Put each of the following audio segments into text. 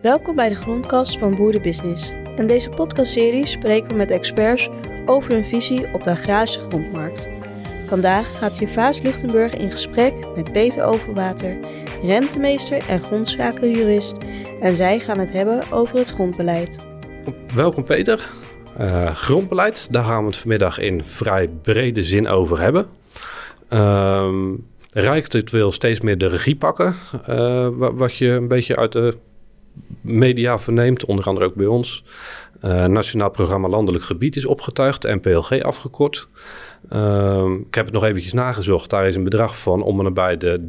Welkom bij de Grondkast van Boerenbusiness. In deze podcastserie spreken we met experts over hun visie op de agrarische grondmarkt. Vandaag gaat Gervaas Lichtenburg in gesprek met Peter Overwater, rentemeester en grondzakenjurist. En zij gaan het hebben over het grondbeleid. Welkom Peter. Grondbeleid, daar gaan we het vanmiddag in vrij brede zin over hebben. Rijk wil steeds meer de regie pakken, wat je een beetje uit de media verneemt, onder andere ook bij ons. Nationaal Programma Landelijk Gebied is opgetuigd, NPLG afgekort. Ik heb het nog eventjes nagezocht. Daar is een bedrag van om en nabij de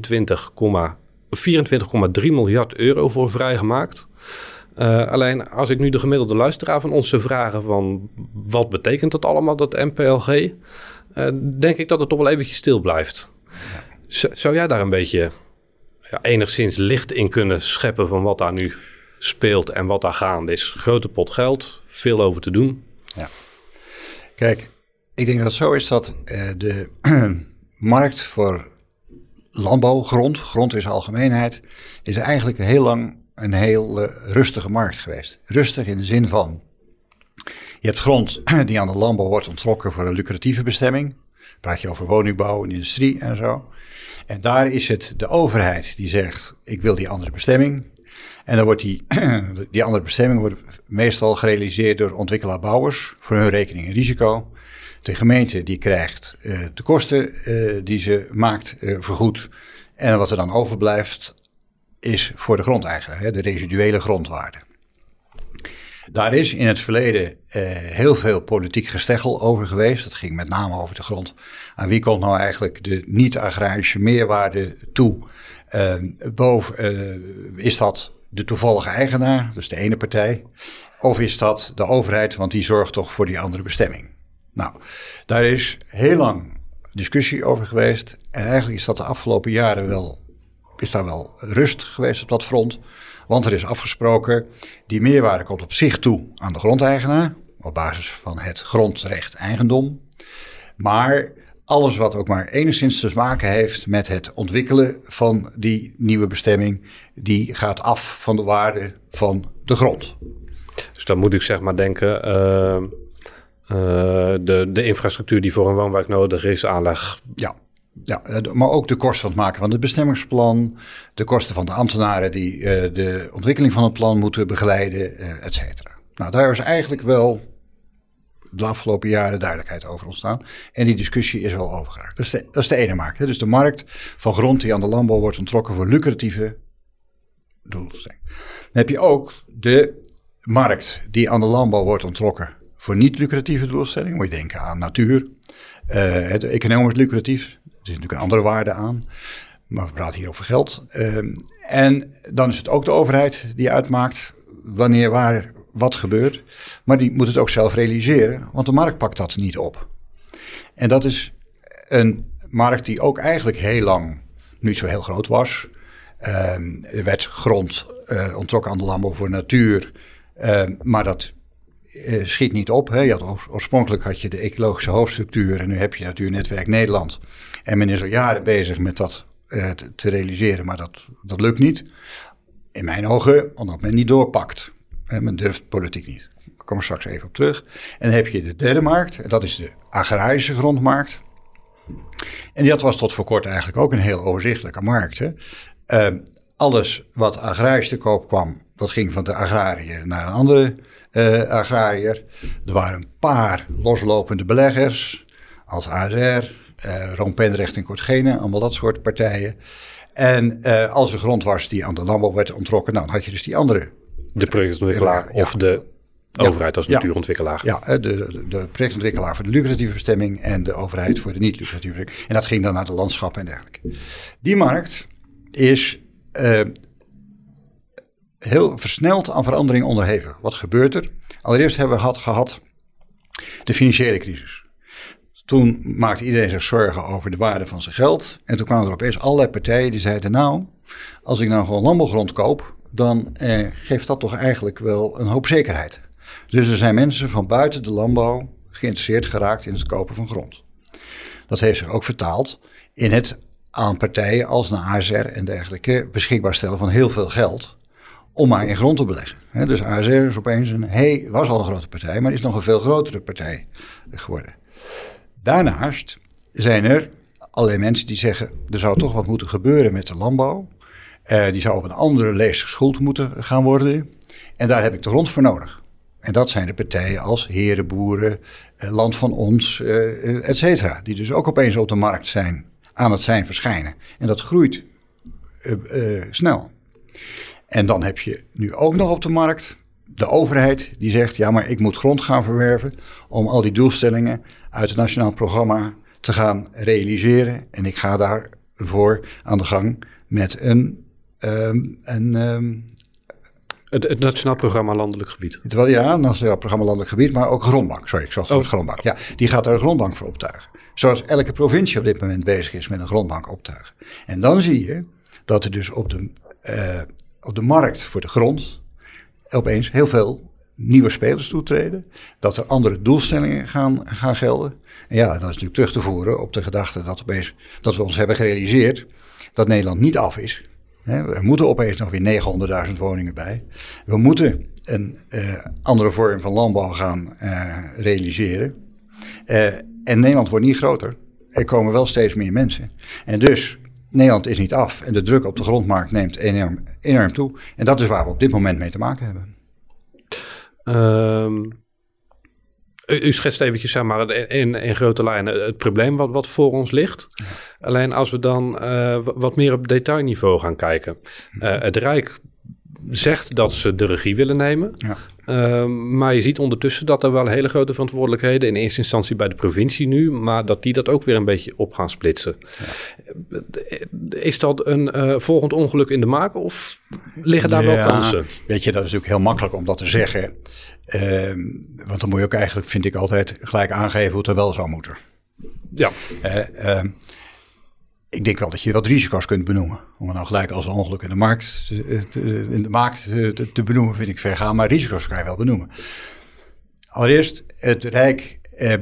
24,3 miljard euro voor vrijgemaakt. Alleen als ik nu de gemiddelde luisteraar van ons zou vragen van wat betekent dat allemaal, dat NPLG, denk ik dat het toch wel eventjes stil blijft. Zou jij daar een beetje enigszins licht in kunnen scheppen van wat daar nu speelt en wat daar gaande is? Grote pot geld, veel over te doen. Ja. Kijk, ik denk dat het zo is dat de markt voor landbouwgrond, grond in zijn algemeenheid, is eigenlijk heel lang een heel rustige markt geweest. Rustig in de zin van, je hebt grond die aan de landbouw wordt onttrokken voor een lucratieve bestemming. Praat je over woningbouw en industrie en zo. En daar is het de overheid die zegt, ik wil die andere bestemming. En dan wordt die andere bestemming wordt meestal gerealiseerd door ontwikkelaar-bouwers voor hun rekening en risico. De gemeente die krijgt de kosten die ze maakt vergoed. En wat er dan overblijft is voor de grondeigenaar, de residuele grondwaarde. Daar is in het verleden heel veel politiek gesteggel over geweest. Dat ging met name over de grond. Aan wie komt nou eigenlijk de niet-agrarische meerwaarde toe? Is dat de toevallige eigenaar, dus de ene partij? Of is dat de overheid, want die zorgt toch voor die andere bestemming? Nou, daar is heel lang discussie over geweest. En eigenlijk is dat de afgelopen jaren wel rust geweest op dat front. Want er is afgesproken, die meerwaarde komt op zich toe aan de grondeigenaar, op basis van het grondrecht eigendom. Maar alles wat ook maar enigszins te maken heeft met het ontwikkelen van die nieuwe bestemming, die gaat af van de waarde van de grond. Dus dan moet ik zeg maar denken, de infrastructuur die voor een woonwijk nodig is, aanleg. Ja, maar ook de kosten van het maken van het bestemmingsplan, de kosten van de ambtenaren die de ontwikkeling van het plan moeten begeleiden, et cetera. Nou, daar is eigenlijk wel de afgelopen jaren duidelijkheid over ontstaan. En die discussie is wel overgeraakt. Dat is de ene markt. Hè? Dus de markt van grond die aan de landbouw wordt ontrokken voor lucratieve doelstellingen. Dan heb je ook de markt die aan de landbouw wordt ontrokken voor niet-lucratieve doelstellingen. Moet je denken aan natuur, het economisch lucratief. Er zit natuurlijk een andere waarde aan, maar we praten hier over geld. En dan is het ook de overheid die uitmaakt wanneer, waar, wat gebeurt. Maar die moet het ook zelf realiseren, want de markt pakt dat niet op. En dat is een markt die ook eigenlijk heel lang niet zo heel groot was. Er werd grond onttrokken aan de landbouw voor natuur, maar dat schiet niet op. Hè. Oorspronkelijk had je de ecologische hoofdstructuur en nu heb je Natuurnetwerk Nederland. En men is al jaren bezig met dat te realiseren, maar dat lukt niet. In mijn ogen, omdat men niet doorpakt. Men durft politiek niet. Daar kom ik straks even op terug. En dan heb je de derde markt, en dat is de agrarische grondmarkt. En dat was tot voor kort eigenlijk ook een heel overzichtelijke markt. Hè. Alles wat agrarisch te koop kwam, dat ging van de agrariër naar een andere agrariër. Er waren een paar loslopende beleggers, als ASR, Roon Pendrecht en Kortgene, allemaal dat soort partijen. En als er grond was die aan de landbouw werd onttrokken, nou, dan had je dus die andere. De projectontwikkelaar of de overheid als natuurontwikkelaar. Ja, de projectontwikkelaar voor de lucratieve bestemming en de overheid voor de niet-lucratieve bestemming. En dat ging dan naar de landschappen en dergelijke. Die markt is heel versneld aan verandering onderhevig. Wat gebeurt er? Allereerst hebben we gehad de financiële crisis. Toen maakte iedereen zich zorgen over de waarde van zijn geld. En toen kwamen er opeens allerlei partijen die zeiden, nou, als ik nou gewoon landbouwgrond koop, dan geeft dat toch eigenlijk wel een hoop zekerheid. Dus er zijn mensen van buiten de landbouw geïnteresseerd geraakt in het kopen van grond. Dat heeft zich ook vertaald in het aan partijen als de ASR en dergelijke beschikbaar stellen van heel veel geld om maar in grond te beleggen. Dus ASR is opeens was al een grote partij, maar is nog een veel grotere partij geworden. Daarnaast zijn er allerlei mensen die zeggen, er zou toch wat moeten gebeuren met de landbouw. Die zou op een andere leest geschoold moeten gaan worden. En daar heb ik de grond voor nodig. En dat zijn de partijen als Herenboeren, Land van Ons, et cetera. Die dus ook opeens op de markt aan het verschijnen. En dat groeit snel. En dan heb je nu ook nog op de markt de overheid die zegt, ja, maar ik moet grond gaan verwerven om al die doelstellingen uit het Nationaal Programma te gaan realiseren. En ik ga daarvoor aan de gang met het Nationaal Programma Landelijk Gebied. Ja, Nationaal Programma Landelijk Gebied, maar ook grondbank. Sorry, ik zag het grondbank. Ja, die gaat daar een grondbank voor optuigen. Zoals elke provincie op dit moment bezig is met een grondbank optuigen. En dan zie je dat er dus op de markt voor de grond opeens heel veel nieuwe spelers toetreden. Dat er andere doelstellingen gaan gelden. En ja, dat is natuurlijk terug te voeren op de gedachte dat we ons hebben gerealiseerd dat Nederland niet af is. Er moeten opeens nog weer 900.000 woningen bij. We moeten een andere vorm van landbouw gaan realiseren. En Nederland wordt niet groter. Er komen wel steeds meer mensen. En dus, Nederland is niet af. En de druk op de grondmarkt neemt enorm toe. En dat is waar we op dit moment mee te maken hebben. U schetst eventjes, zeg maar, in grote lijnen het probleem wat voor ons ligt. Ja. Alleen als we dan wat meer op detailniveau gaan kijken. Het Rijk zegt dat ze de regie willen nemen. Ja. Maar je ziet ondertussen dat er wel hele grote verantwoordelijkheden in eerste instantie bij de provincie nu, maar dat die dat ook weer een beetje op gaan splitsen. Ja. Is dat een volgend ongeluk in de maak of liggen daar wel kansen? Weet je, dat is natuurlijk heel makkelijk om dat te zeggen. Want dan moet je ook eigenlijk, vind ik altijd, gelijk aangeven hoe het er wel zou moeten. Ja. Ik denk wel dat je wat risico's kunt benoemen. Om het nou gelijk als een ongeluk in de markt te benoemen vind ik ver gaan. Maar risico's kan je wel benoemen. Allereerst, het Rijk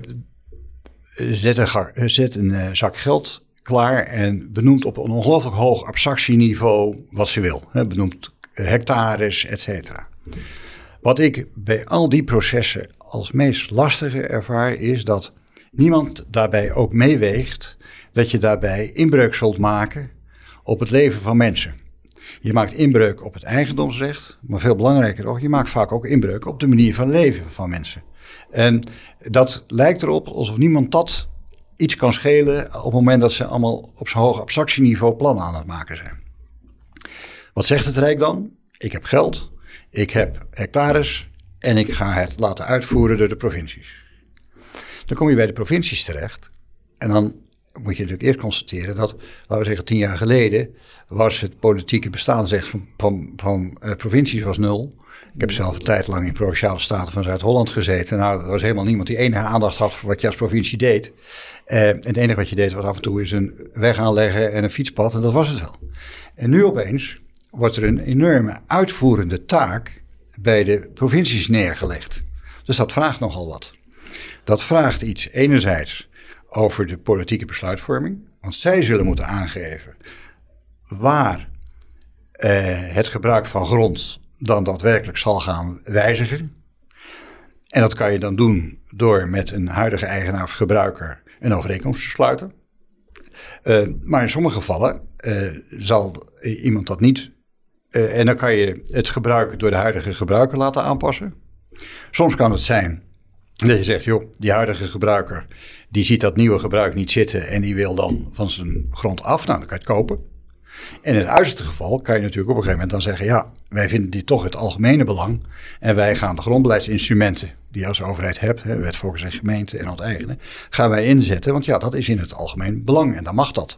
zet een zak geld klaar en benoemt op een ongelooflijk hoog abstractieniveau wat ze wil. Benoemt hectares, et cetera. Wat ik bij al die processen als meest lastige ervaar is dat niemand daarbij ook meeweegt dat je daarbij inbreuk zult maken op het leven van mensen. Je maakt inbreuk op het eigendomsrecht, maar veel belangrijker nog, je maakt vaak ook inbreuk op de manier van leven van mensen. En dat lijkt erop alsof niemand dat iets kan schelen op het moment dat ze allemaal op zo'n hoog abstractieniveau plannen aan het maken zijn. Wat zegt het Rijk dan? Ik heb geld, ik heb hectares en ik ga het laten uitvoeren door de provincies. Dan kom je bij de provincies terecht en dan moet je natuurlijk eerst constateren dat, laten we zeggen 10 jaar geleden, was het politieke bestaansrecht van provincies was 0. Ik heb zelf een tijd lang in Provinciale Staten van Zuid-Holland gezeten. Nou, er was helemaal niemand die enige aandacht had voor wat je als provincie deed. En het enige wat je deed was af en toe eens een weg aanleggen en een fietspad en dat was het wel. En nu opeens wordt er een enorme uitvoerende taak bij de provincies neergelegd. Dus dat vraagt nogal wat. Dat vraagt iets enerzijds over de politieke besluitvorming. Want zij zullen moeten aangeven waar het gebruik van grond dan daadwerkelijk zal gaan wijzigen. En dat kan je dan doen door met een huidige eigenaar of gebruiker een overeenkomst te sluiten. Maar in sommige gevallen zal iemand dat niet. En dan kan je het gebruik door de huidige gebruiker laten aanpassen. Soms kan het zijn dat je zegt, joh, die huidige gebruiker, die ziet dat nieuwe gebruik niet zitten en die wil dan van zijn grond af. Nou, dan kan je het kopen. En in het uiterste geval kan je natuurlijk op een gegeven moment dan zeggen, ja, wij vinden dit toch het algemene belang en wij gaan de grondbeleidsinstrumenten die je als overheid hebt, wet, volkens en gemeente en onteigenen, gaan wij inzetten, want ja, dat is in het algemeen belang en dan mag dat.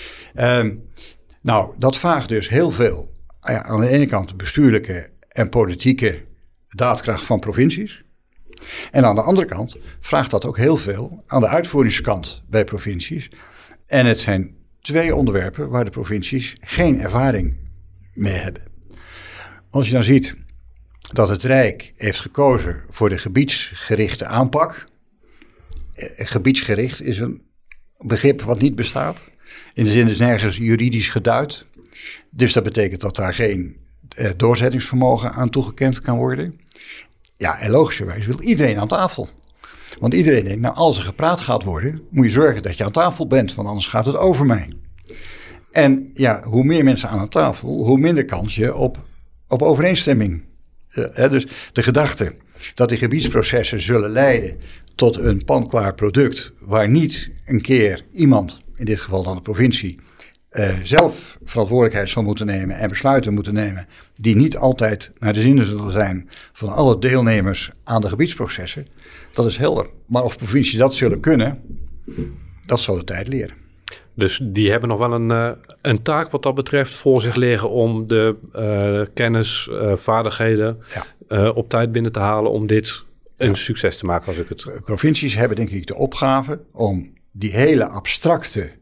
Nou, dat vraagt dus heel veel, aan de ene kant de bestuurlijke en politieke daadkracht van provincies. En aan de andere kant vraagt dat ook heel veel aan de uitvoeringskant bij provincies. En het zijn 2 onderwerpen waar de provincies geen ervaring mee hebben. Als je dan ziet dat het Rijk heeft gekozen voor de gebiedsgerichte aanpak. Gebiedsgericht is een begrip wat niet bestaat. In de zin is nergens juridisch geduid. Dus dat betekent dat daar geen doorzettingsvermogen aan toegekend kan worden. Ja, en logischerwijs wil iedereen aan tafel. Want iedereen denkt, nou als er gepraat gaat worden, moet je zorgen dat je aan tafel bent, want anders gaat het over mij. En ja, hoe meer mensen aan tafel, hoe minder kans je op overeenstemming. Dus de gedachte dat die gebiedsprocessen zullen leiden tot een panklaar product, waar niet een keer iemand, in dit geval dan de provincie, zelf verantwoordelijkheid zal moeten nemen en besluiten moeten nemen, die niet altijd naar de zin zullen zijn van alle deelnemers aan de gebiedsprocessen, dat is helder. Maar of provincies dat zullen kunnen, dat zal de tijd leren. Dus die hebben nog wel een taak wat dat betreft voor zich liggen om de kennis, vaardigheden op tijd binnen te halen om dit een succes te maken als ik het... Provincies hebben denk ik de opgave om die hele abstracte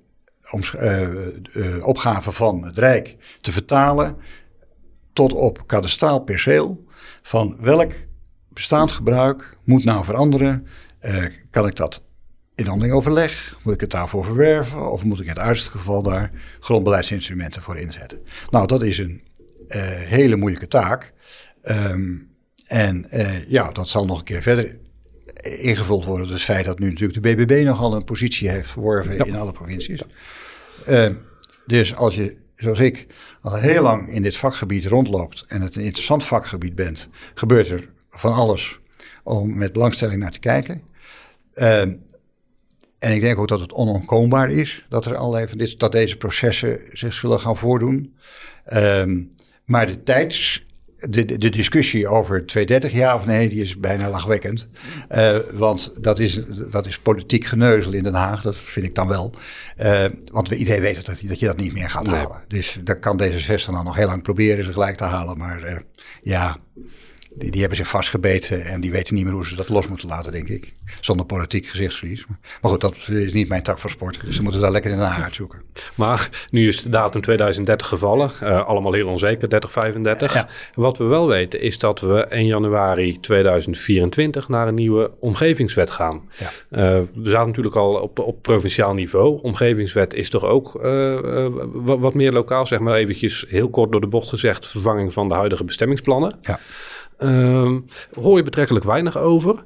opgave van het Rijk te vertalen tot op kadastraal perceel van welk bestaand gebruik moet nou veranderen. Kan ik dat in handeling overleg? Moet ik het daarvoor verwerven? Of moet ik in het uiterste geval daar grondbeleidsinstrumenten voor inzetten? Nou, dat is een hele moeilijke taak. Dat zal nog een keer verder ingevuld worden. Dus het feit dat nu natuurlijk de BBB nogal een positie heeft verworven in alle provincies. Dus als je, zoals ik, al heel lang in dit vakgebied rondloopt en het een interessant vakgebied bent, gebeurt er van alles om met belangstelling naar te kijken. En ik denk ook dat het onontkoombaar is dat er allerlei dat deze processen zich zullen gaan voordoen. Maar de discussie over 230 ja of nee, die is bijna lachwekkend. Want dat is politiek geneuzel in Den Haag, dat vind ik dan wel. Want iedereen weet dat je dat niet meer gaat halen. Dus daar kan D66 dan nog heel lang proberen ze gelijk te halen. Maar die hebben zich vastgebeten en die weten niet meer hoe ze dat los moeten laten, denk ik. Zonder politiek gezichtsverlies. Maar goed, dat is niet mijn tak van sport. Dus ze moeten daar lekker in Den Haag uitzoeken. Maar nu is de datum 2030 gevallen. Allemaal heel onzeker, 3035. Ja. Wat we wel weten is dat we 1 januari 2024 naar een nieuwe omgevingswet gaan. Ja. We zaten natuurlijk al op provinciaal niveau. Omgevingswet is toch ook wat meer lokaal, zeg maar eventjes heel kort door de bocht gezegd, vervanging van de huidige bestemmingsplannen. Ja. Hoor je betrekkelijk weinig over.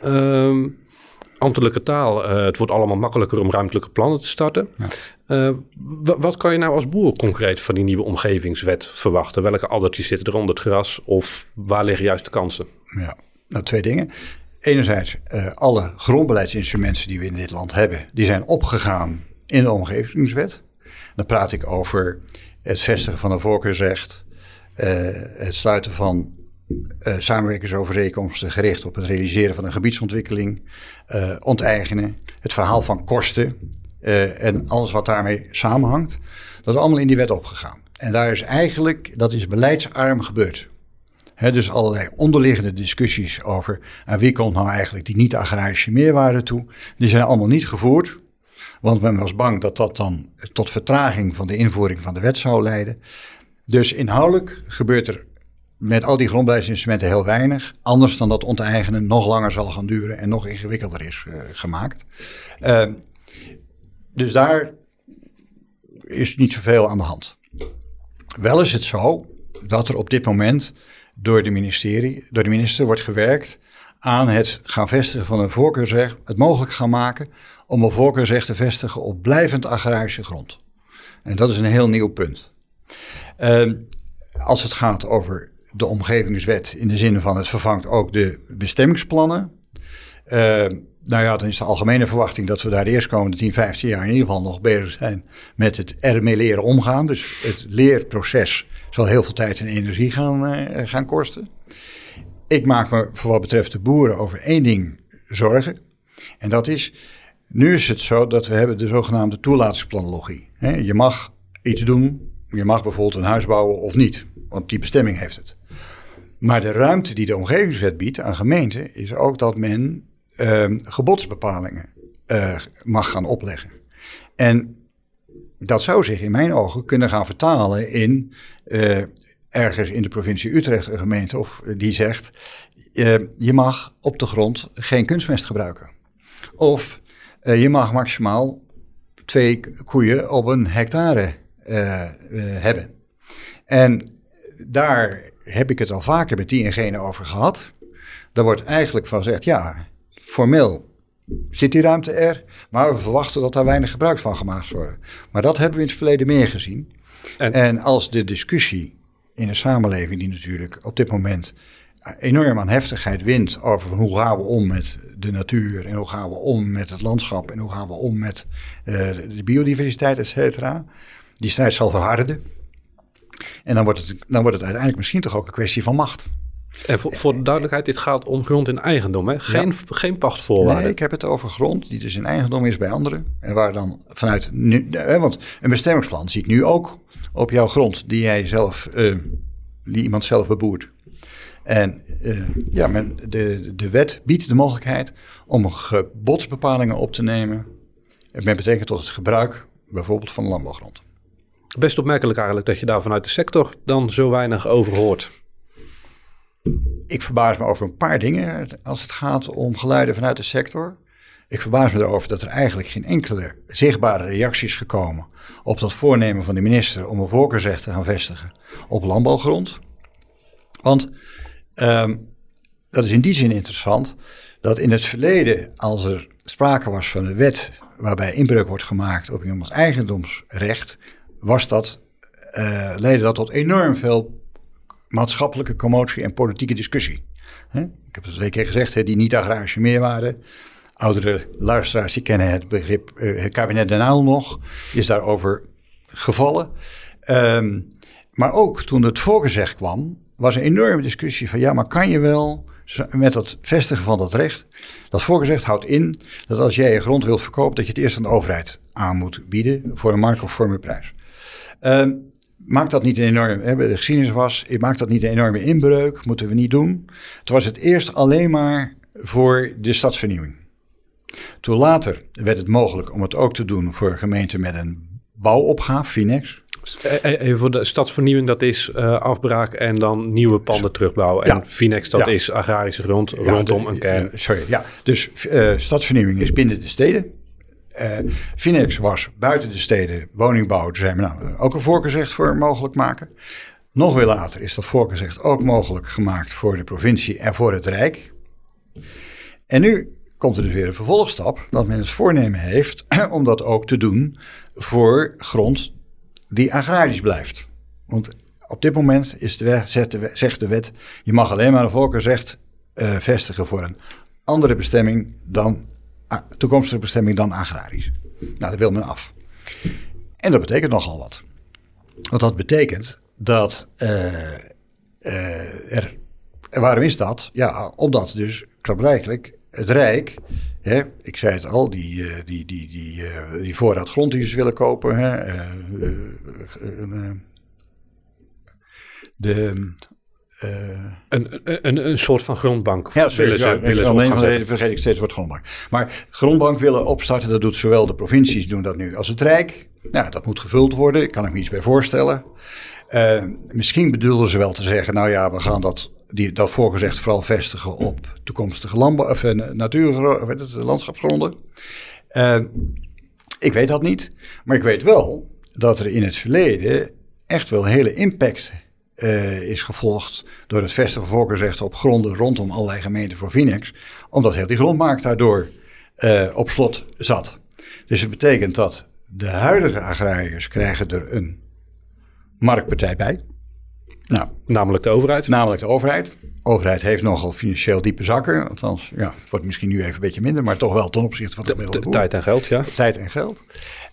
Ambtelijke taal, het wordt allemaal makkelijker om ruimtelijke plannen te starten. Ja. Wat kan je nou als boer concreet van die nieuwe omgevingswet verwachten? Welke addertjes zitten er onder het gras of waar liggen juist de kansen? Ja, nou 2 dingen. Enerzijds, alle grondbeleidsinstrumenten die we in dit land hebben, die zijn opgegaan in de omgevingswet. Dan praat ik over het vestigen van een voorkeursrecht, het sluiten van samenwerkingsovereenkomsten gericht op het realiseren van een gebiedsontwikkeling, onteigenen, het verhaal van kosten en alles wat daarmee samenhangt. Dat is allemaal in die wet opgegaan. En daar is dat is beleidsarm gebeurd. Dus allerlei onderliggende discussies over aan wie komt nou eigenlijk die niet-agrarische meerwaarde toe, die zijn allemaal niet gevoerd. Want men was bang dat dat dan tot vertraging van de invoering van de wet zou leiden. Dus inhoudelijk gebeurt er met al die grondbeleidsinstrumenten heel weinig. Anders dan dat onteigenen nog langer zal gaan duren en nog ingewikkelder is gemaakt. Dus daar is niet zoveel aan de hand. Wel is het zo dat er op dit moment door de minister wordt gewerkt aan het gaan vestigen van een voorkeursrecht, het mogelijk gaan maken om een voorkeursrecht te vestigen op blijvend agrarische grond. En dat is een heel nieuw punt. Als het gaat over de omgevingswet in de zin van het vervangt ook de bestemmingsplannen. Dan is de algemene verwachting dat we daar de eerstkomende 10, 15 jaar in ieder geval nog bezig zijn met het ermee leren omgaan. Dus het leerproces zal heel veel tijd en energie gaan kosten. Ik maak me voor wat betreft de boeren over 1 ding zorgen. En dat is, nu is het zo dat we hebben de zogenaamde toelatingsplanologie. Je mag iets doen, je mag bijvoorbeeld een huis bouwen of niet. Want die bestemming heeft het. Maar de ruimte die de omgevingswet biedt aan gemeenten is ook dat men gebodsbepalingen mag gaan opleggen. En dat zou zich in mijn ogen kunnen gaan vertalen in ergens in de provincie Utrecht een gemeente die zegt je mag op de grond geen kunstmest gebruiken. Of je mag maximaal 2 koeien op een hectare hebben. En daar heb ik het al vaker met die en gene over gehad. Daar wordt eigenlijk van gezegd, ja, formeel zit die ruimte er, maar we verwachten dat daar weinig gebruik van gemaakt wordt. Maar dat hebben we in het verleden meer gezien. En als de discussie in de samenleving, die natuurlijk op dit moment enorm aan heftigheid wint over hoe gaan we om met de natuur en hoe gaan we om met het landschap en hoe gaan we om met de biodiversiteit, et cetera. Die strijd zal verharden. En dan wordt het uiteindelijk misschien toch ook een kwestie van macht. En voor de duidelijkheid, dit gaat om grond in eigendom, hè? Geen pachtvoorwaarden. Nee, ik heb het over grond die dus in eigendom is bij anderen. En waar dan vanuit want een bestemmingsplan zie ik nu ook op jouw grond die jij zelf, die iemand zelf beboert. En de wet biedt de mogelijkheid om gebodsbepalingen op te nemen met betrekking tot het gebruik bijvoorbeeld van landbouwgrond. Best opmerkelijk eigenlijk dat je daar vanuit de sector dan zo weinig over hoort. Ik verbaas me over een paar dingen als het gaat om geluiden vanuit de sector. Ik verbaas me erover dat er eigenlijk geen enkele zichtbare reactie is gekomen op dat voornemen van de minister om een voorkeursrecht te gaan vestigen op landbouwgrond. Want dat is in die zin interessant dat in het verleden, als er sprake was van een wet waarbij inbreuk wordt gemaakt op iemands eigendomsrecht, leidde dat tot enorm veel maatschappelijke commotie en politieke discussie. Ik heb het 2 keer gezegd, die niet-agrarische meerwaarde. Oudere luisteraars die kennen het begrip het kabinet Den Uyl nog, is daarover gevallen. Maar ook toen het voorkeursrecht kwam, was een enorme discussie van ja, maar kan je wel met het vestigen van dat recht, dat voorkeursrecht houdt in dat als jij je grond wilt verkopen, dat je het eerst aan de overheid aan moet bieden voor een marktconforme prijs. Maakt dat niet een enorme, de geschiedenis maakt dat niet een enorme inbreuk, moeten we niet doen. Toen was het eerst alleen maar voor de stadsvernieuwing. Toen later werd het mogelijk om het ook te doen voor gemeenten met een bouwopgave, Finex. Even voor de stadsvernieuwing, dat is afbraak en dan nieuwe panden terugbouwen. En Finex, dat is agrarische grond rondom een kern. Dus stadsvernieuwing is binnen de steden. Finex was buiten de steden woningbouw. Daar zijn we ook een voorkeursrecht voor mogelijk maken. Nog weer later is dat voorkeursrecht ook mogelijk gemaakt voor de provincie en voor het Rijk. En nu komt er dus weer een vervolgstap dat men het voornemen heeft om dat ook te doen voor grond die agrarisch blijft. Want op dit moment zegt de wet, je mag alleen maar een voorkeursrecht vestigen voor een andere bestemming dan toekomstige bestemming dan agrarisch. Nou, dat wil men af. En dat betekent nogal wat. Want dat betekent dat waarom is dat? Ja, omdat dus klaarblijkelijk het Rijk, ik zei het al, die voorraad grond die ze willen kopen, Een soort van grondbank willen ze opzetten. Vergeet ik steeds het woord grondbank. Maar grondbank willen opstarten, dat doet zowel de provincies doen dat nu als het Rijk. Nou, dat moet gevuld worden, daar kan ik me iets bij voorstellen. Misschien bedoelden ze wel te zeggen, nou ja, we gaan dat voorkeursrecht vooral vestigen op toekomstige landschapsgronden. Ik weet dat niet, maar ik weet wel dat er in het verleden echt wel hele impact is gevolgd door het vestigen van voorkeursrechten op gronden rondom allerlei gemeenten voor Finex, omdat heel die grondmarkt daardoor op slot zat. Dus het betekent dat de huidige agrariërs krijgen er een marktpartij bij. Nou, namelijk de overheid. De overheid heeft nogal financieel diepe zakken. Althans, het wordt misschien nu even een beetje minder, maar toch wel ten opzichte van de tijd en geld, ja. Tijd en geld.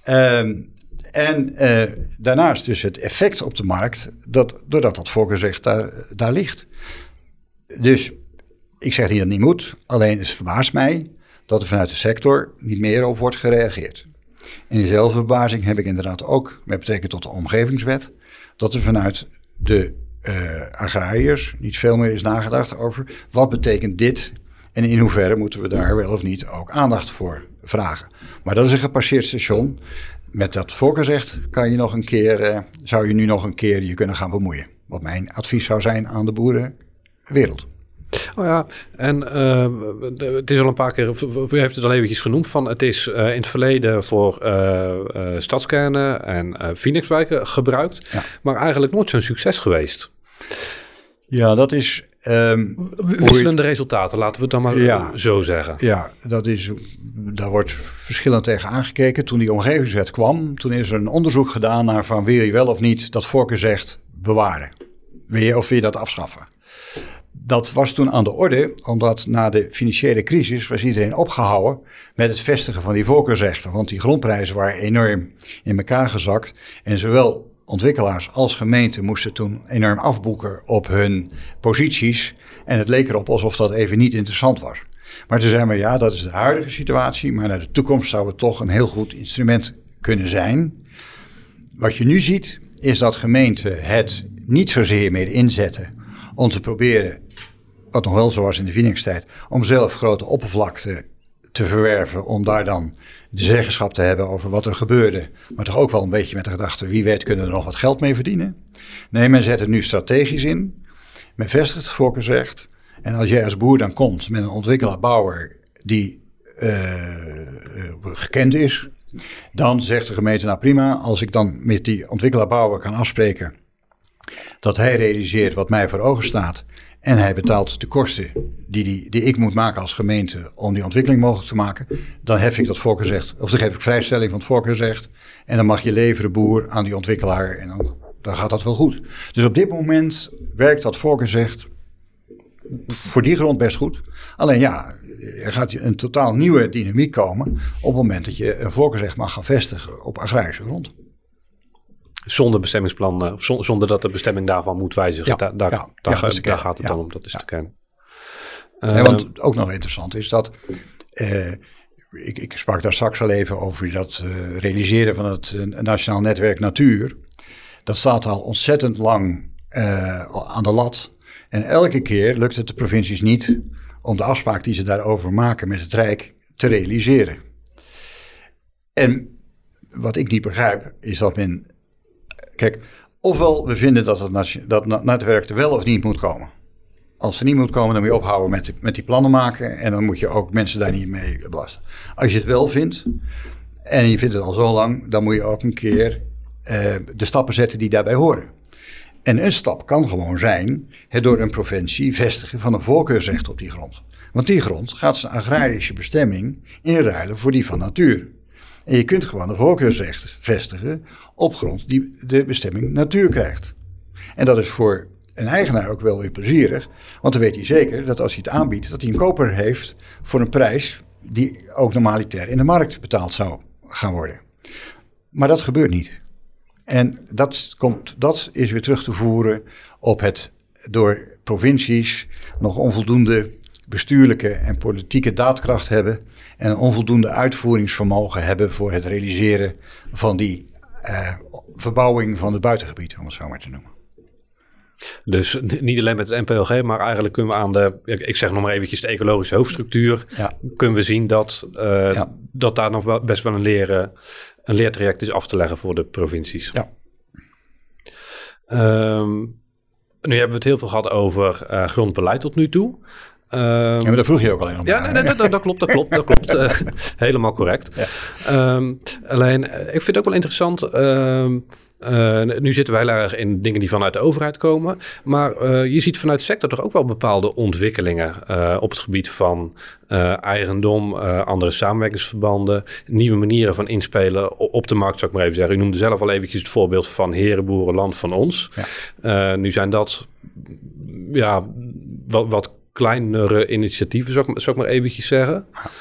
En daarnaast dus het effect op de markt, doordat dat voorkeursrecht daar ligt. Dus ik zeg niet dat het niet moet, alleen het verbaast mij dat er vanuit de sector niet meer op wordt gereageerd. En diezelfde verbazing heb ik inderdaad ook met betrekking tot de omgevingswet, dat er vanuit de agrariërs niet veel meer is nagedacht over wat betekent dit en in hoeverre moeten we daar wel of niet ook aandacht voor vragen. Maar dat is een gepasseerd station. Met dat voorkeursrecht zou je nu nog een keer je kunnen gaan bemoeien. Wat mijn advies zou zijn aan de boerenwereld. Oh ja, en het is al een paar keer, u heeft het al eventjes genoemd, van het is in het verleden voor stadskernen en Finex-wijken gebruikt, maar eigenlijk nooit zo'n succes geweest. Ja, dat is... wisselende resultaten, laten we het dan maar zo zeggen. Ja, daar wordt verschillend tegen aangekeken. Toen die omgevingswet kwam, toen is er een onderzoek gedaan naar van wil je wel of niet dat voorkeursrecht bewaren? Wil je dat afschaffen? Dat was toen aan de orde, omdat na de financiële crisis was iedereen opgehouden met het vestigen van die voorkeursrechten. Want die grondprijzen waren enorm in elkaar gezakt en zowel ontwikkelaars als gemeenten moesten toen enorm afboeken op hun posities. En het leek erop alsof dat even niet interessant was. Maar toen zeiden we, dat is de huidige situatie. Maar naar de toekomst zou het toch een heel goed instrument kunnen zijn. Wat je nu ziet, is dat gemeenten het niet zozeer meer inzetten om te proberen, wat nog wel zo was in de verdieningstijd, om zelf grote oppervlakte te verwerven, om daar dan de zeggenschap te hebben over wat er gebeurde. Maar toch ook wel een beetje met de gedachte, wie weet kunnen we er nog wat geld mee verdienen. Nee, men zet het nu strategisch in. Men vestigt het voorkeursrecht. En als jij als boer dan komt met een ontwikkelaar-bouwer die gekend is, dan zegt de gemeente, nou prima, als ik dan met die ontwikkelaar-bouwer kan afspreken dat hij realiseert wat mij voor ogen staat en hij betaalt de kosten die ik moet maken als gemeente om die ontwikkeling mogelijk te maken, dan hef ik dat voorkeursrecht, of dan geef ik vrijstelling van het voorkeursrecht en dan mag je leveren boer aan die ontwikkelaar en dan gaat dat wel goed. Dus op dit moment werkt dat voorkeursrecht voor die grond best goed. Alleen er gaat een totaal nieuwe dynamiek komen op het moment dat je een voorkeursrecht mag gaan vestigen op agrarische grond. Zonder bestemmingsplan, zonder dat de bestemming daarvan moet wijzigen. Daar gaat het dan om, dat is te kennen. Want ook nog interessant is dat, ik sprak daar straks al even over dat realiseren van het Nationaal Netwerk Natuur. Dat staat al ontzettend lang aan de lat. En elke keer lukt het de provincies niet om de afspraak die ze daarover maken met het Rijk te realiseren. En wat ik niet begrijp is dat kijk, ofwel we vinden dat netwerk er wel of niet moet komen. Als er niet moet komen, dan moet je ophouden met die plannen maken en dan moet je ook mensen daar niet mee belasten. Als je het wel vindt en je vindt het al zo lang, dan moet je ook een keer de stappen zetten die daarbij horen. En een stap kan gewoon zijn het door een provincie vestigen van een voorkeursrecht op die grond. Want die grond gaat zijn agrarische bestemming inruilen voor die van natuur. En je kunt gewoon een voorkeursrecht vestigen op grond die de bestemming natuur krijgt. En dat is voor een eigenaar ook wel weer plezierig, want dan weet hij zeker dat als hij het aanbiedt, dat hij een koper heeft voor een prijs die ook normaliter in de markt betaald zou gaan worden. Maar dat gebeurt niet. En dat is weer terug te voeren op het door provincies nog onvoldoende bestuurlijke en politieke daadkracht hebben en een onvoldoende uitvoeringsvermogen hebben voor het realiseren van die verbouwing van het buitengebied, om het zo maar te noemen. Dus niet alleen met het NPLG, maar eigenlijk kunnen we aan ik zeg nog maar eventjes de ecologische hoofdstructuur, kunnen we zien dat daar nog best wel een leertraject is af te leggen voor de provincies. Ja. Nu hebben we het heel veel gehad over grondbeleid tot nu toe. Maar daar vroeg je ook alleen om. Dat klopt. Helemaal correct. Ja. Alleen, ik vind het ook wel interessant. Nu zitten wij heel erg in dingen die vanuit de overheid komen. Maar je ziet vanuit de sector toch ook wel bepaalde ontwikkelingen op het gebied van eigendom, andere samenwerkingsverbanden, nieuwe manieren van inspelen op de markt, zou ik maar even zeggen. U noemde zelf al eventjes het voorbeeld van Herenboeren, Land van Ons. Ja. Nu zijn dat wat kleinere initiatieven, zou ik maar eventjes zeggen.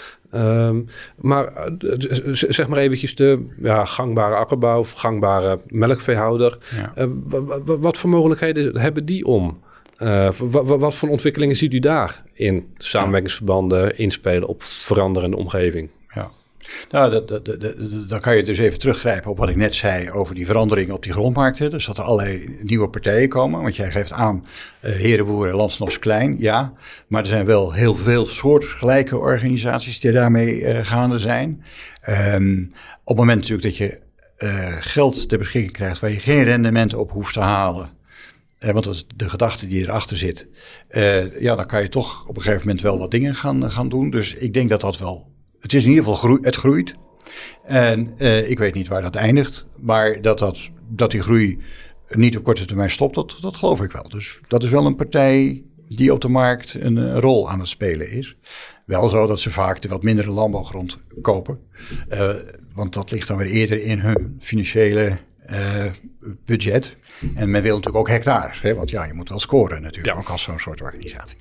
Maar zeg maar eventjes de gangbare akkerbouw of gangbare melkveehouder. Ja. Wat voor mogelijkheden hebben die om? Wat voor ontwikkelingen ziet u daar in samenwerkingsverbanden, inspelen op veranderende omgeving? Ja. Nou, dan kan je dus even teruggrijpen op wat ik net zei over die verandering op die grondmarkten. Dus dat er allerlei nieuwe partijen komen. Want jij geeft aan, Herenboeren, Landsnos Klein, ja. Maar er zijn wel heel veel soortgelijke organisaties die daarmee gaande zijn. Op het moment natuurlijk dat je geld ter beschikking krijgt waar je geen rendement op hoeft te halen. Want dat is de gedachte die erachter zit. Dan kan je toch op een gegeven moment wel wat dingen gaan doen. Dus ik denk dat wel... Het is in ieder geval het groeit. En ik weet niet waar dat eindigt. Maar dat die groei niet op korte termijn stopt, dat geloof ik wel. Dus dat is wel een partij die op de markt een rol aan het spelen is. Wel zo dat ze vaak de wat mindere landbouwgrond kopen. Want dat ligt dan weer eerder in hun financiële budget. En men wil natuurlijk ook hectares. Hè? Want je moet wel scoren natuurlijk, ook als zo'n soort organisatie.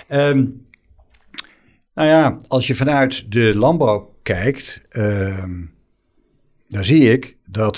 Als je vanuit de landbouw kijkt, dan zie ik dat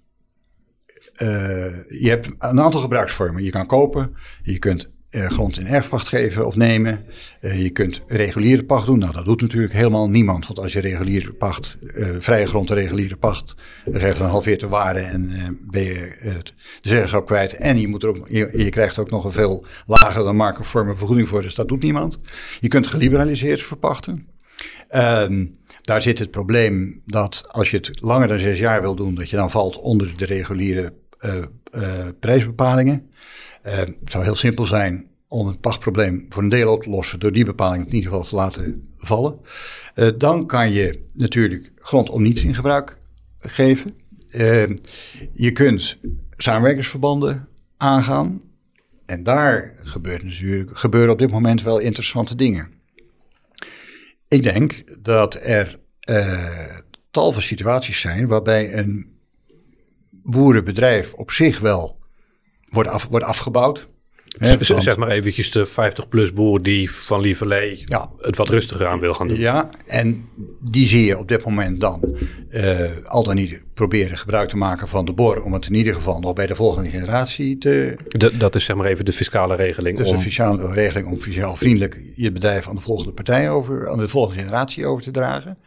je hebt een aantal gebruiksvormen. Je kan kopen, je kunt grond in erfpacht geven of nemen. Je kunt reguliere pacht doen. Nou, dat doet natuurlijk helemaal niemand. Want als je reguliere pacht, vrije grond de reguliere pacht, dan halveert de waarde en ben je de zeggenschap kwijt. En je krijgt ook nog een veel lager dan marktconforme vergoeding voor. Dus dat doet niemand. Je kunt geliberaliseerd verpachten. Daar zit het probleem dat als je het langer dan 6 jaar wil doen, dat je dan valt onder de reguliere prijsbepalingen. Het zou heel simpel zijn om het pachtprobleem voor een deel op te lossen door die bepaling in ieder geval te laten vallen. Dan kan je natuurlijk grond om niets in gebruik geven. Je kunt samenwerkingsverbanden aangaan. En daar gebeuren op dit moment wel interessante dingen. Ik denk dat er tal van situaties zijn waarbij een boerenbedrijf op zich wel wordt afgebouwd. Zeg maar eventjes de 50-plus boer die van lieverlee het wat rustiger aan wil gaan doen. Ja, en die zie je op dit moment dan al dan niet proberen gebruik te maken van de BOR, om het in ieder geval nog bij de volgende generatie te... Dat is zeg maar even de fiscale regeling. Dus de fiscale regeling om fiscaal vriendelijk je bedrijf aan de volgende partij aan de volgende generatie over te dragen.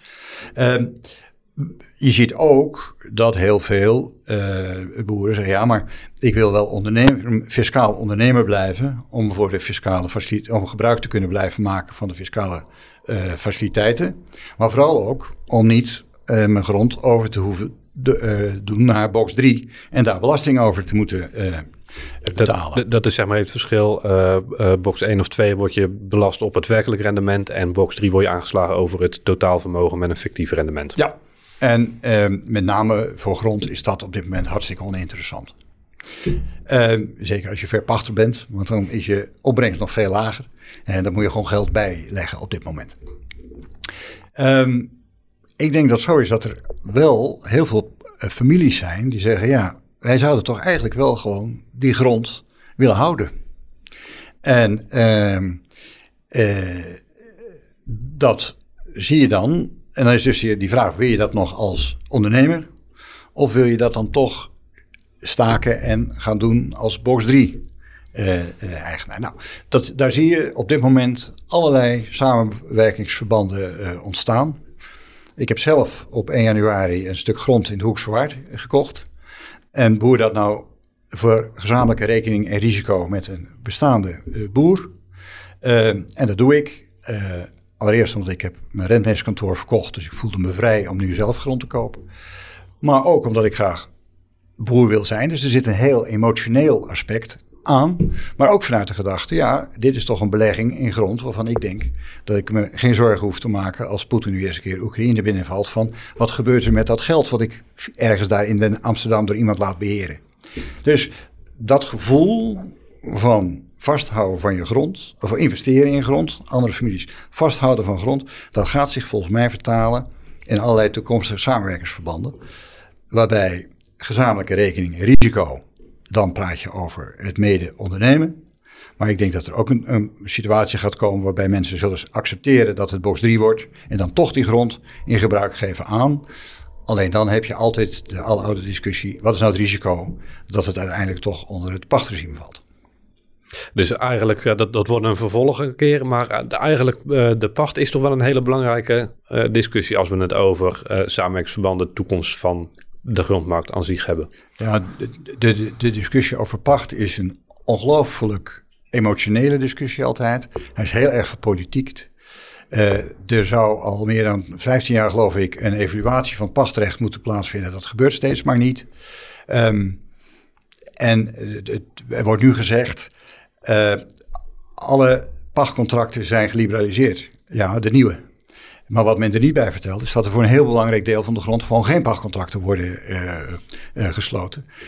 Je ziet ook dat heel veel boeren zeggen, maar ik wil wel fiscaal ondernemer blijven om voor de fiscale om gebruik te kunnen blijven maken van de fiscale faciliteiten. Maar vooral ook om niet mijn grond over te hoeven doen naar box 3 en daar belasting over te moeten betalen. Dat is zeg maar het verschil. Box 1 of 2 word je belast op het werkelijk rendement en box 3 word je aangeslagen over het totaalvermogen met een fictief rendement. Ja. En met name voor grond is dat op dit moment hartstikke oninteressant. Zeker als je verpachter bent, want dan is je opbrengst nog veel lager. En dan moet je gewoon geld bijleggen op dit moment. Ik denk dat zo is dat er wel heel veel families zijn die zeggen, wij zouden toch eigenlijk wel gewoon die grond willen houden. En dat zie je dan. En dan is dus die vraag, wil je dat nog als ondernemer? Of wil je dat dan toch staken en gaan doen als box 3 eigenaar? Nou, daar zie je op dit moment allerlei samenwerkingsverbanden ontstaan. Ik heb zelf op 1 januari een stuk grond in de Hoekse Waard gekocht. En boer dat nou voor gezamenlijke rekening en risico met een bestaande boer. En dat doe ik. Allereerst omdat ik heb mijn rentmeesterskantoor verkocht, dus ik voelde me vrij om nu zelf grond te kopen. Maar ook omdat ik graag boer wil zijn. Dus er zit een heel emotioneel aspect aan. Maar ook vanuit de gedachte, dit is toch een belegging in grond waarvan ik denk dat ik me geen zorgen hoef te maken als Poetin nu eens een keer Oekraïne binnenvalt van wat gebeurt er met dat geld wat ik ergens daar in Amsterdam door iemand laat beheren. Dus dat gevoel van vasthouden van je grond, of investeren in grond, andere families vasthouden van grond, dat gaat zich volgens mij vertalen in allerlei toekomstige samenwerkingsverbanden, waarbij gezamenlijke rekening en risico, dan praat je over het mede ondernemen. Maar ik denk dat er ook een situatie gaat komen waarbij mensen zullen accepteren dat het box 3 wordt en dan toch die grond in gebruik geven aan. Alleen dan heb je altijd de aloude discussie, wat is nou het risico dat het uiteindelijk toch onder het pachtregime valt. Dus eigenlijk, dat wordt een vervolg een keer, maar eigenlijk de pacht is toch wel een hele belangrijke discussie als we het over samenwerkingsverbanden, toekomst van de grondmarkt aan zich hebben. Ja, de discussie over pacht is een ongelooflijk emotionele discussie altijd. Hij is heel erg verpolitiekt. Er zou al meer dan 15 jaar, geloof ik, een evaluatie van pachtrecht moeten plaatsvinden. Dat gebeurt steeds maar niet. En er wordt nu gezegd, alle pachtcontracten zijn geliberaliseerd. Ja, de nieuwe. Maar wat men er niet bij vertelt, is dat er voor een heel belangrijk deel van de grond gewoon geen pachtcontracten worden gesloten.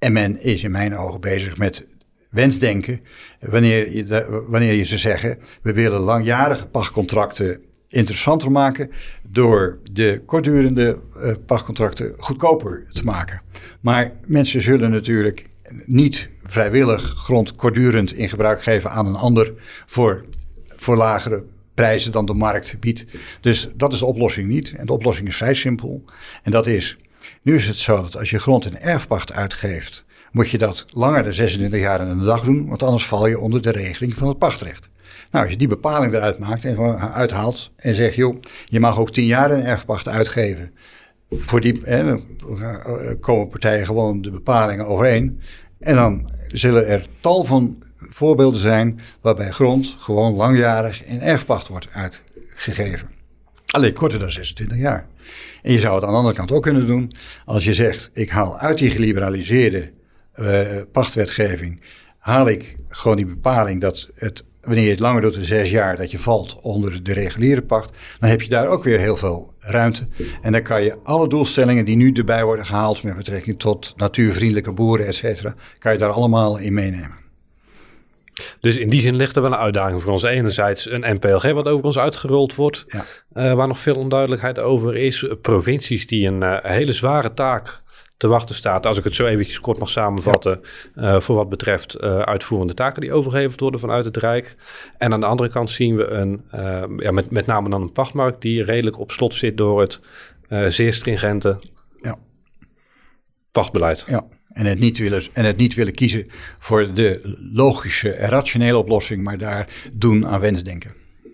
En men is in mijn ogen bezig met wensdenken. Wanneer je ze zeggen, we willen langjarige pachtcontracten interessanter maken door de kortdurende pachtcontracten goedkoper te maken. Maar mensen zullen natuurlijk niet vrijwillig grond kortdurend in gebruik geven aan een ander voor lagere prijzen dan de markt biedt. Dus dat is de oplossing niet. En de oplossing is vrij simpel. En dat is, nu is het zo dat als je grond in erfpacht uitgeeft, moet je dat langer dan 26 jaar en een dag doen, want anders val je onder de regeling van het pachtrecht. Nou, als je die bepaling eruit maakt en gewoon uithaalt en zegt, joh, je mag ook 10 jaar een erfpacht uitgeven. Voor die dan komen partijen gewoon de bepalingen overeen. En dan zullen er tal van voorbeelden zijn waarbij grond gewoon langjarig in erfpacht wordt uitgegeven. Alleen korter dan 26 jaar. En je zou het aan de andere kant ook kunnen doen als je zegt, ik haal uit die geliberaliseerde pachtwetgeving, haal ik gewoon die bepaling dat wanneer je het langer doet dan 6 jaar, dat je valt onder de reguliere pacht, dan heb je daar ook weer heel veel ruimte. En dan kan je alle doelstellingen die nu erbij worden gehaald met betrekking tot natuurvriendelijke boeren, et cetera, kan je daar allemaal in meenemen. Dus in die zin ligt er wel een uitdaging voor ons. Enerzijds een NPLG wat over ons uitgerold wordt, waar nog veel onduidelijkheid over is. Provincies die een hele zware taak te wachten staat, als ik het zo eventjes kort mag samenvatten, voor wat betreft uitvoerende taken die overgeheveld worden vanuit het Rijk. En aan de andere kant zien we met name dan een pachtmarkt die redelijk op slot zit door het zeer stringente pachtbeleid. Ja. En het niet willen kiezen voor de logische en rationele oplossing, maar daar doen aan wensdenken.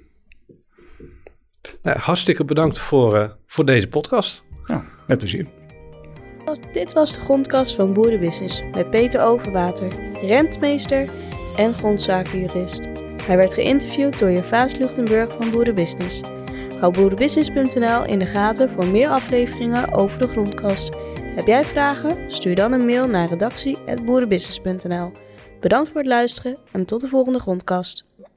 Hartstikke bedankt voor deze podcast. Ja, met plezier. Dit was de Grondkast van Boerenbusiness met Peter Overwater, rentmeester en grondzakenjurist. Hij werd geïnterviewd door Gervaas Luchtenburg van Boerenbusiness. Hou boerenbusiness.nl in de gaten voor meer afleveringen over de Grondkast. Heb jij vragen? Stuur dan een mail naar redactie@boerenbusiness.nl. Bedankt voor het luisteren en tot de volgende Grondkast.